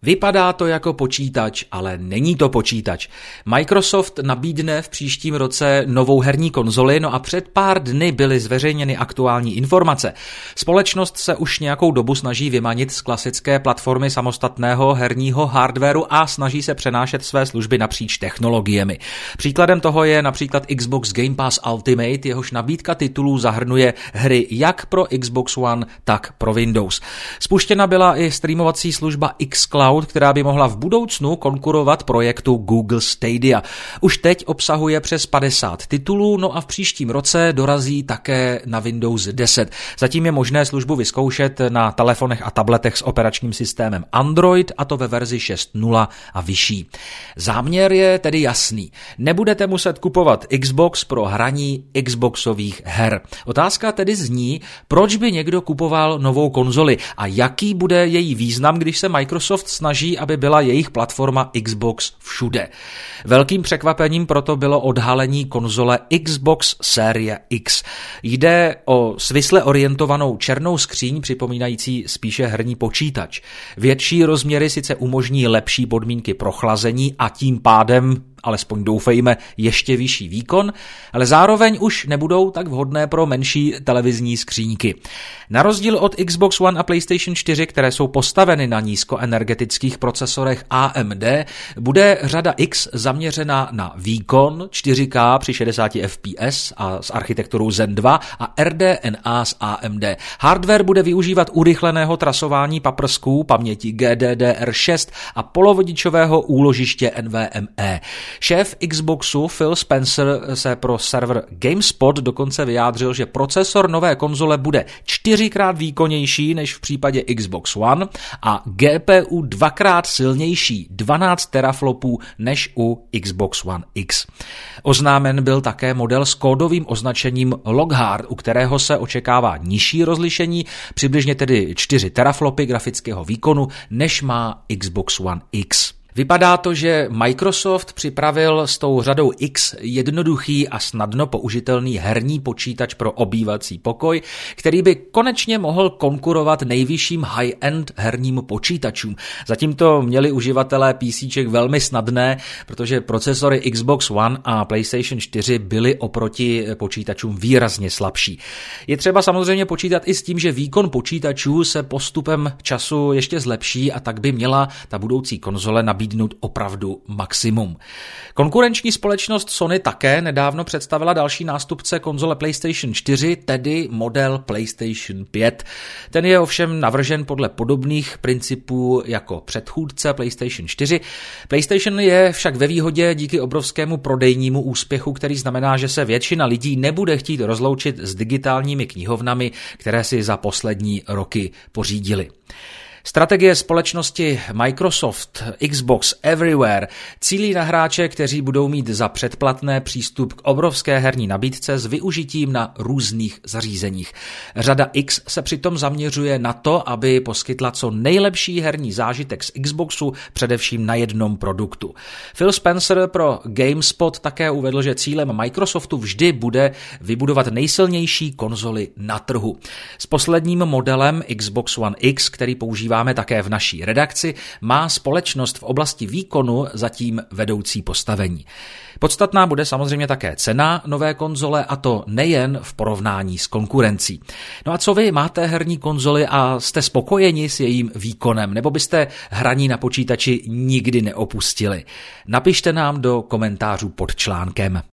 Vypadá to jako počítač, ale není to počítač. Microsoft nabídne v příštím roce novou herní konzoli, no a před pár dny byly zveřejněny aktuální informace. Společnost se už nějakou dobu snaží vymanit z klasické platformy samostatného herního hardwaru a snaží se přenášet své služby napříč technologiemi. Příkladem toho je například Xbox Game Pass Ultimate, jehož nabídka titulů zahrnuje hry jak pro Xbox One, tak pro Windows. Spuštěna byla i streamovací služba xCloud, která by mohla v budoucnu konkurovat projektu Google Stadia. Už teď obsahuje přes 50 titulů, no a v příštím roce dorazí také na Windows 10. Zatím je možné službu vyzkoušet na telefonech a tabletech s operačním systémem Android, a to ve verzi 6.0 a vyšší. Záměr je tedy jasný. Nebudete muset kupovat Xbox pro hraní Xboxových her. Otázka tedy zní, proč by někdo kupoval novou konzoli a jaký bude její význam, když se Microsoft snaží, aby byla jejich platforma Xbox všude. Velkým překvapením proto bylo odhalení konzole Xbox Series X. Jde o svisle orientovanou černou skříň, připomínající spíše herní počítač. Větší rozměry sice umožní lepší podmínky pro chlazení a tím pádem, alespoň doufejme, ještě vyšší výkon, ale zároveň už nebudou tak vhodné pro menší televizní skříňky. Na rozdíl od Xbox One a PlayStation 4, které jsou postaveny na nízkoenergetických procesorech AMD, bude řada X zaměřena na výkon 4K při 60 fps a s architekturou Zen 2 a RDNA z AMD. Hardware bude využívat urychleného trasování paprsků, paměti GDDR6 a polovodičového úložiště NVMe. Šéf Xboxu Phil Spencer se pro server GameSpot dokonce vyjádřil, že procesor nové konzole bude 4x výkonnější než v případě Xbox One a GPU 2x silnější, 12 teraflopů než u Xbox One X. Oznámen byl také model s kódovým označením Lockhart, u kterého se očekává nižší rozlišení, přibližně tedy 4 teraflopy grafického výkonu, než má Xbox One X. Vypadá to, že Microsoft připravil s tou řadou X jednoduchý a snadno použitelný herní počítač pro obývací pokoj, který by konečně mohl konkurovat nejvyšším high-end herním počítačům. Zatím to měli uživatelé PCček velmi snadné, protože procesory Xbox One a PlayStation 4 byly oproti počítačům výrazně slabší. Je třeba samozřejmě počítat i s tím, že výkon počítačů se postupem času ještě zlepší a tak by měla ta budoucí konzole nabídnout opravdu maximum. Konkurenční společnost Sony také nedávno představila další nástupce konzole PlayStation 4, tedy model PlayStation 5. Ten je ovšem navržen podle podobných principů jako předchůdce PlayStation 4. PlayStation je však ve výhodě díky obrovskému prodejnímu úspěchu, který znamená, že se většina lidí nebude chtít rozloučit s digitálními knihovnami, které si za poslední roky pořídili. Strategie společnosti Microsoft Xbox Everywhere cílí na hráče, kteří budou mít za předplatné přístup k obrovské herní nabídce s využitím na různých zařízeních. Řada X se přitom zaměřuje na to, aby poskytla co nejlepší herní zážitek z Xboxu, především na jednom produktu. Phil Spencer pro GameSpot také uvedl, že cílem Microsoftu vždy bude vybudovat nejsilnější konzoli na trhu. S posledním modelem Xbox One X, který používáme také v naší redakci, má společnost v oblasti výkonu zatím vedoucí postavení. Podstatná bude samozřejmě také cena nové konzole, a to nejen v porovnání s konkurencí. No a co vy, máte herní konzoli a jste spokojeni s jejím výkonem, nebo byste hraní na počítači nikdy neopustili? Napište nám do komentářů pod článkem.